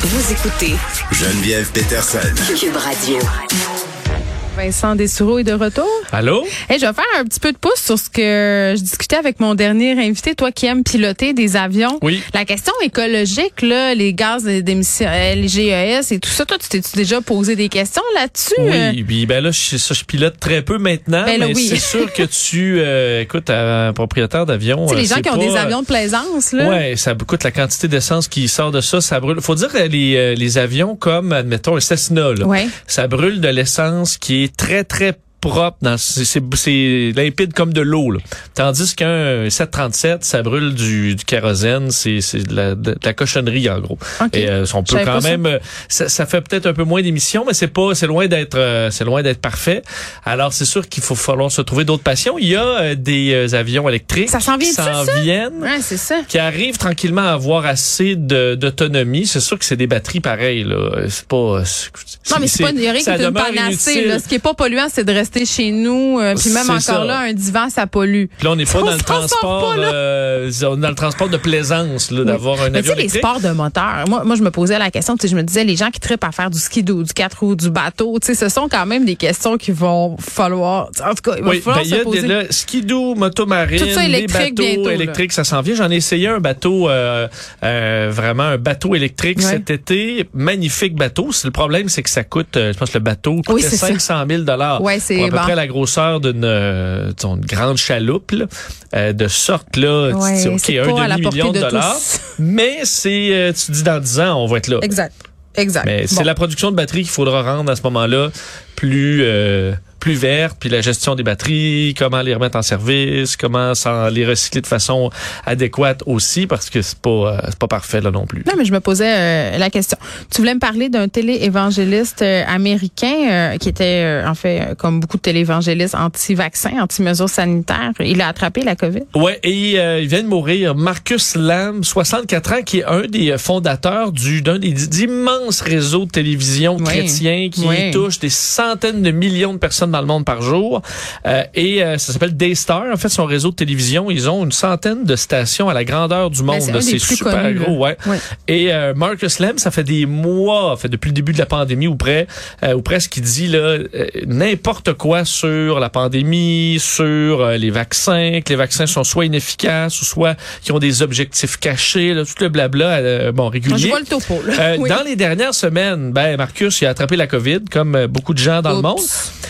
Vous écoutez Geneviève Peterson. Cube Radio. Vincent Dessureau est de retour. Allô? Hey, je vais faire un petit peu de pouce sur ce que je discutais avec mon dernier invité, toi qui aimes piloter des avions. Oui. La question écologique, là, les gaz d'émission, les GES et tout ça, toi, tu t'es-tu déjà posé des questions là-dessus? Oui, puis ben là, je pilote très peu maintenant, Ben là, mais oui. c'est sûr que tu, écoute, un propriétaire d'avion. Tu sais, les gens qui ont pas, des avions de plaisance, là. Ouais, ça coûte la quantité d'essence qui sort de ça brûle. Faut dire les avions comme, admettons, un Cessna, là, Ouais. ça brûle de l'essence qui est très, très propre, c'est limpide comme de l'eau, là. Tandis qu'un 737, ça brûle du kérosène, c'est de la cochonnerie en gros. Okay. Et on peut quand même, ça fait peut-être un peu moins d'émissions, mais c'est loin d'être parfait. Alors c'est sûr qu'il faut falloir se trouver d'autres passions. Il y a des avions électriques Ça s'en vient qui viennent, Ouais, c'est ça. qui arrivent tranquillement à avoir assez d'autonomie. C'est sûr que c'est des batteries pareilles, là. C'est pas. Non, mais c'est pas, il y a rien qui est une panacée, là. Ce qui est pas polluant, c'est de rester chez nous. Puis même encore ça. là, un divan, ça pollue. Puis là, on n'est pas dans le transport, on est dans le transport de plaisance, là, d'avoir un mais avion tu sais, les électrique. sports de moteur, moi, je me posais la question, tu sais, je me disais, les gens qui trippent à faire du ski, du 4 roues, du bateau, tu sais, ce sont quand même des questions qu'il vont falloir, en tout cas, il va falloir se poser. Il y a des skidoo, motomarine, tout ça les électrique bateaux bientôt, électriques, ça s'en vient. J'en ai essayé un bateau, vraiment un bateau électrique cet été. Magnifique bateau. Le problème, c'est que ça coûte, je pense que le bateau coûte 500 000 $. Ouais, c'est pour à peu près la grosseur d'une grande chaloupe, là, de sorte, là, ouais, OK, un demi-million de dollars. Mais c'est, tu dis dans 10 ans, on va être là. Exact. Mais c'est la production de batteries qu'il faudra rendre à ce moment-là plus verte, puis la gestion des batteries, comment les remettre en service, comment les recycler de façon adéquate aussi, parce que c'est pas parfait là non plus. Non, mais je me posais la question. Tu voulais me parler d'un télé-évangéliste américain qui était, en fait, comme beaucoup de télé-évangélistes anti-vaccins, anti-mesures sanitaires. Il a attrapé la COVID. Ouais, et il vient de mourir. Marcus Lamb, 64 ans, qui est un des fondateurs d'un des immenses réseaux de télévision chrétiens qui touche des centaines de millions de personnes dans le monde par jour. Ça s'appelle Daystar. En fait, son réseau de télévision, ils ont une centaine de stations à la grandeur du monde. C'est super connus, gros, ouais. Et Marcus Lamb, ça fait des mois, depuis le début de la pandémie ou presque, il dit là n'importe quoi sur la pandémie, sur les vaccins, que les vaccins sont soit inefficaces ou soit qui ont des objectifs cachés, là, tout le blabla régulier. Je vois le topo, là. Dans les dernières semaines, Marcus il a attrapé la COVID comme beaucoup de gens dans le monde.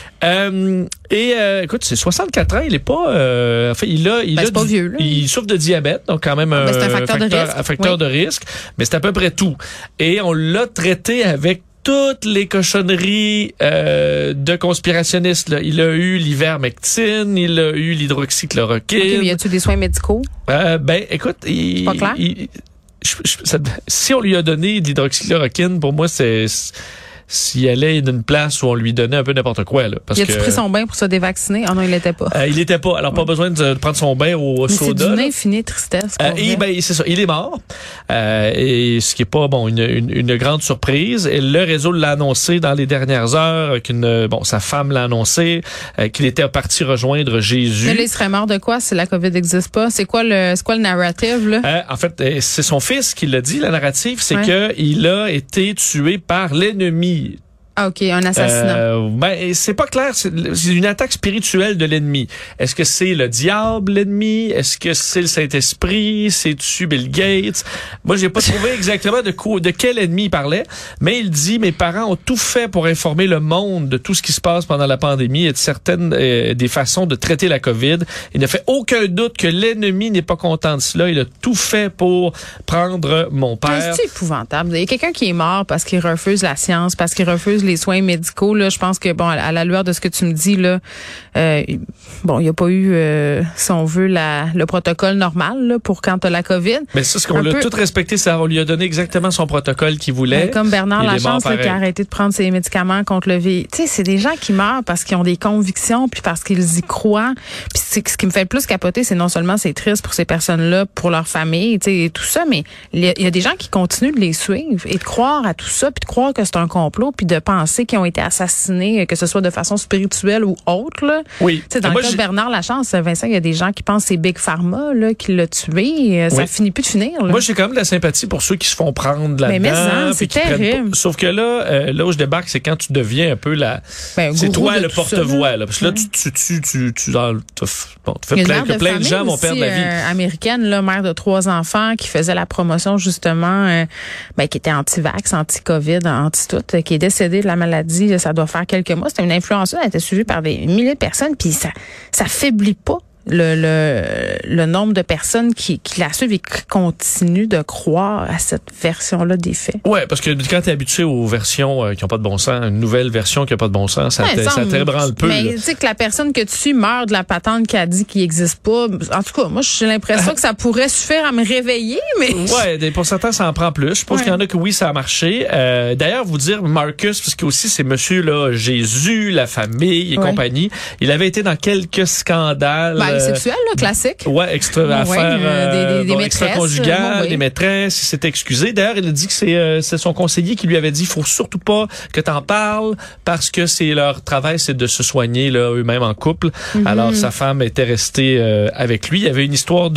Écoute, c'est 64 ans, il est pas c'est pas vieux, là. Il souffre de diabète, donc quand même un facteur de risque, mais c'est à peu près tout. Et on l'a traité avec toutes les cochonneries de conspirationnistes, là. Il a eu l'ivermectine, il a eu l'hydroxychloroquine. OK, mais y a-tu des soins médicaux? Écoute, c'est pas clair? Si on lui a donné de l'hydroxychloroquine, pour moi, s'il allait d'une place où on lui donnait un peu n'importe quoi, là. Parce a-tu pris son bain pour se dévacciner? Ah non, il l'était pas. Il l'était pas. Alors, pas besoin de prendre son bain au soda. C'est d'une infinie tristesse. C'est ça. Il est mort. Et ce qui est pas, une grande surprise. Et le réseau l'a annoncé dans les dernières heures, sa femme l'a annoncé, qu'il était parti rejoindre Jésus. Mais là, il serait mort de quoi si la COVID n'existe pas? C'est quoi le narrative, là? En fait, c'est son fils qui l'a dit, la narrative, c'est que il a été tué par l'ennemi. Ah, OK, un assassinat. C'est pas clair. C'est une attaque spirituelle de l'ennemi. Est-ce que c'est le diable, l'ennemi? Est-ce que c'est le Saint-Esprit? C'est-tu Bill Gates? Moi, j'ai pas trouvé exactement de quel ennemi il parlait, mais il dit, mes parents ont tout fait pour informer le monde de tout ce qui se passe pendant la pandémie et de certaines des façons de traiter la COVID. Il ne fait aucun doute que l'ennemi n'est pas content de cela. Il a tout fait pour prendre mon père. C'est épouvantable. Il y a quelqu'un qui est mort parce qu'il refuse la science, parce qu'il refuse les soins médicaux, là, je pense que, à la lueur de ce que tu me dis, là, il n'y a pas eu, si on veut, le protocole normal, là, pour quand t'as la COVID. Mais ça, ce qu'on l'a tout respecté, ça, on lui a donné exactement son protocole qu'il voulait. Comme Bernard Lachance, qui a arrêté de prendre ses médicaments contre le VIH. Tu sais, c'est des gens qui meurent parce qu'ils ont des convictions, puis parce qu'ils y croient. Puis ce qui me fait le plus capoter, c'est non seulement c'est triste pour ces personnes-là, pour leur famille, tu sais, et tout ça, mais il y a des gens qui continuent de les suivre et de croire à tout ça, puis de croire que c'est un complot, puis de penser pensez qui ont été assassinés, que ce soit de façon spirituelle ou autre. Là. Oui. T'sais, dans le cas de Bernard Lachance, Vincent, il y a des gens qui pensent que c'est Big Pharma là, qui l'a tué. Ça finit plus de finir. Là. Moi, j'ai quand même de la sympathie pour ceux qui se font prendre là-dedans. C'est terrible. Sauf que là où je débarque, c'est quand tu deviens un peu c'est toi le porte-voix. Là. Parce que là, tu fais plein de gens vont perdre la vie. Américaine, là, mère de 3 enfants, qui faisait la promotion justement, qui était anti-vax, anti-COVID, anti-tout, qui est décédée de la maladie. Ça doit faire quelques mois. C'était une influenceuse, elle était suivie par des milliers de personnes, puis ça faiblit pas le nombre de personnes qui la suivent et qui continuent de croire à cette version-là des faits. Ouais, parce que quand tu es habitué aux versions qui n'ont pas de bon sens, une nouvelle version qui n'a pas de bon sens, ça t'ébranle peu. Mais tu sais que la personne que tu suis meurt de la patente qui a dit qu'il n'existe pas. En tout cas, moi, j'ai l'impression que ça pourrait suffire à me réveiller, mais... Ouais, pour certains, ça en prend plus. Je pense qu'il y en a que oui, ça a marché. D'ailleurs, vous dire, Marcus, parce que aussi, c'est monsieur, là, Jésus, la famille et compagnie, il avait été dans quelques scandales. Sexuel, là, classique. Ouais, affaires des maîtresses, extra-conjugales, des maîtresses, il s'est excusé. D'ailleurs, il a dit que c'est son conseiller qui lui avait dit, il faut surtout pas que t'en parles parce que c'est leur travail, c'est de se soigner là eux-mêmes en couple. Alors sa femme était restée avec lui. Il y avait une histoire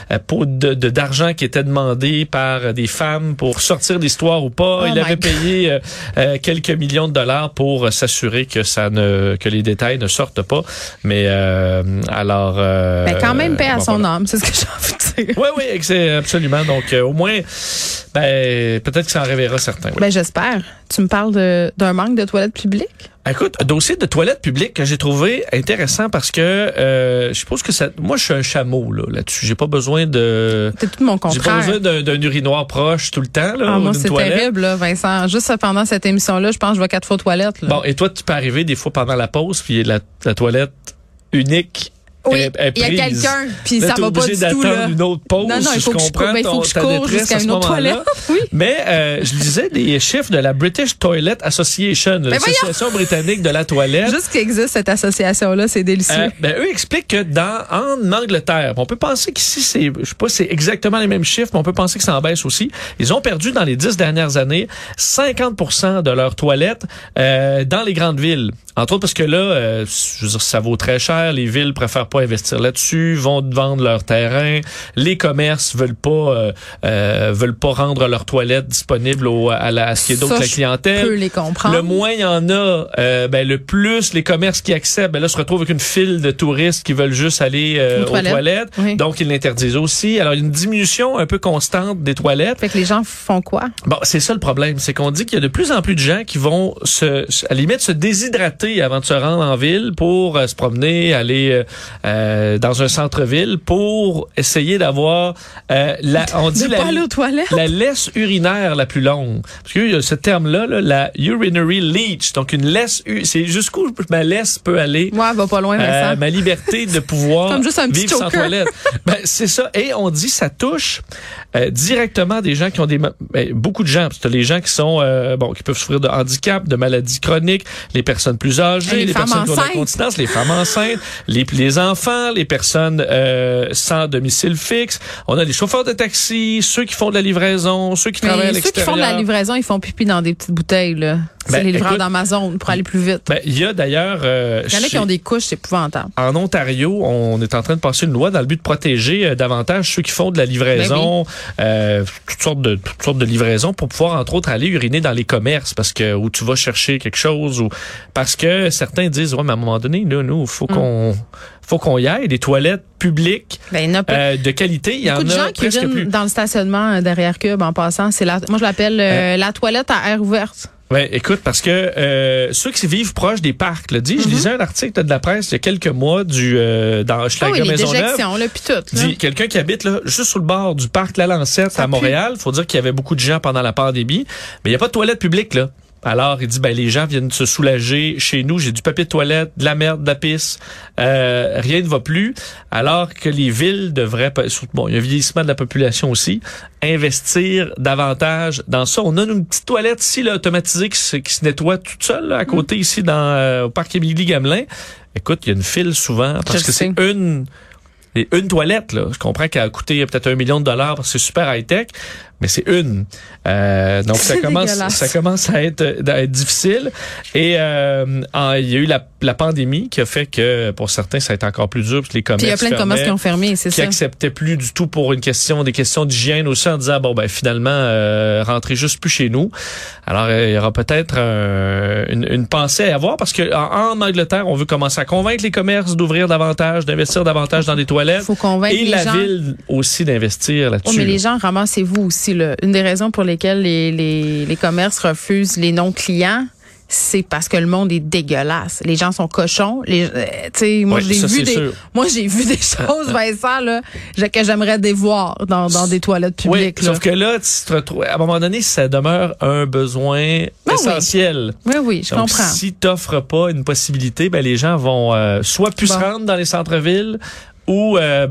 d'argent qui était demandé par des femmes pour sortir l'histoire ou pas. Il avait payé quelques millions de dollars pour s'assurer que les détails ne sortent pas. Mais alors quand même, paix à son âme, c'est ce que j'ai envie de dire. Oui, c'est absolument. Donc, au moins, peut-être que ça en réveillera certains. Oui. J'espère. Tu me parles d'un manque de toilettes publiques? Écoute, un dossier de toilettes publiques que j'ai trouvé intéressant parce que je suppose que moi je suis un chameau là-dessus. J'ai pas besoin de. C'est tout mon contraire. J'ai pas besoin d'un urinoir proche tout le temps là. Moi c'est terrible là, Vincent. Juste pendant cette émission-là, je pense que je vais 4 fois aux toilettes. Là. Bon, et toi tu peux arriver des fois pendant la pause puis la toilette unique. Oui, il y a quelqu'un, puis ça va pas du tout là. Une autre pause. Non, il faut que je cours jusqu'à une autre toilette. Oui. Mais je lisais des chiffres de la British Toilet Association, l'association britannique de la toilette. Juste qu'il existe cette association-là, c'est délicieux. Eux expliquent que en Angleterre, on peut penser qu'ici je sais pas, c'est exactement les mêmes chiffres, mais on peut penser que ça en baisse aussi. Ils ont perdu dans les 10 dernières années 50% de leurs toilettes dans les grandes villes. Entre autres parce que là, je veux dire, ça vaut très cher. Les villes préfèrent pas investir là-dessus, vont vendre leur terrain. Les commerces veulent pas rendre leurs toilettes disponibles à ce qui est d'autre que la clientèle. Je peux les comprendre. Le moins il y en a, le plus les commerces qui acceptent, là se retrouvent avec une file de touristes qui veulent juste aller aux toilettes. Oui. Donc ils l'interdisent aussi. Alors une diminution un peu constante des toilettes. Fait que les gens font quoi? Bon, c'est ça le problème, c'est qu'on dit qu'il y a de plus en plus de gens qui vont à la limite se déshydrater avant de se rendre en ville pour se promener, aller dans un centre-ville pour essayer d'avoir la laisse urinaire la plus longue. Parce qu'il y a ce terme-là, la urinary leach. Donc une laisse, c'est jusqu'où ma laisse peut aller. Ouais, va pas loin, Vincent. Ma liberté de pouvoir comme juste un petit vivre sans toilette. C'est ça. Et on dit ça touche directement des gens qui ont beaucoup de gens. Parce que les gens qui sont qui peuvent souffrir de handicap, de maladies chroniques, les personnes plus âgées, les personnes qui ont de l'incontinence, les femmes enceintes, les enfants, les personnes sans domicile fixe. On a les chauffeurs de taxi, ceux qui font de la livraison, ceux qui travaillent à l'extérieur. Ceux qui font de la livraison, ils font pipi dans des petites bouteilles, là. C'est les livreurs d'Amazon pour aller plus vite. Il y a d'ailleurs... il y en a qui ont des couches, c'est épouvantable. En Ontario, on est en train de passer une loi dans le but de protéger davantage ceux qui font de la livraison, toutes sortes de livraisons pour pouvoir, entre autres, aller uriner dans les commerces parce que où tu vas chercher quelque chose ou parce que certains disent, mais à un moment donné, là, nous, faut qu'on y aille. Des toilettes publiques de qualité, il y en a presque plus. Beaucoup de gens qui urinent dans le stationnement derrière Cube en passant. Moi, je l'appelle la toilette à air ouverte. Ouais, écoute, parce que ceux qui vivent proches des parcs, je lisais un article de la presse il y a quelques mois dans Schlager Maisonneuve. Puis tout. Dit quelqu'un qui habite là juste sur le bord du parc La Lancette à Montréal. Faut dire qu'il y avait beaucoup de gens pendant la pandémie, mais il y a pas de toilette publique là. Alors, il dit, les gens viennent se soulager chez nous. J'ai du papier de toilette, de la merde, de la pisse. Rien ne va plus. Alors que les villes devraient, il y a un vieillissement de la population aussi, investir davantage dans ça. On a une petite toilette ici, là, automatisée, qui se nettoie toute seule, là, à côté, ici, au parc Émilie-Gamelin. Écoute, il y a une file souvent, parce que c'est une toilette, là. Je comprends qu'elle a coûté peut-être $1 million parce que c'est super high-tech. mais c'est une. Donc ça commence à être difficile. Et il y a eu la pandémie qui a fait que pour certains ça a été encore plus dur, parce que les commerces. Puis il y a plein de commerces qui ont fermé, c'est ça. Qui acceptaient plus du tout pour des questions d'hygiène aussi, en disant finalement rentrez juste plus chez nous. Alors il y aura peut-être une pensée à avoir, parce que en Angleterre on veut commencer à convaincre les commerces d'ouvrir davantage, d'investir davantage dans des toilettes. Faut convaincre et la ville aussi d'investir là-dessus. Oh, mais les gens, ramassez-vous aussi là. Une des raisons pour lesquelles les commerces refusent les non-clients, c'est parce que le monde est dégueulasse. Les gens sont cochons. Moi j'ai vu des choses, Vincent, là, que j'aimerais dévoir dans des toilettes publiques. Oui, sauf que là, tu te retrouves, à un moment donné, ça demeure un besoin essentiel. Oui, je comprends. Si t'offres pas une possibilité, les gens vont soit plus se rendre dans les centres-villes, ou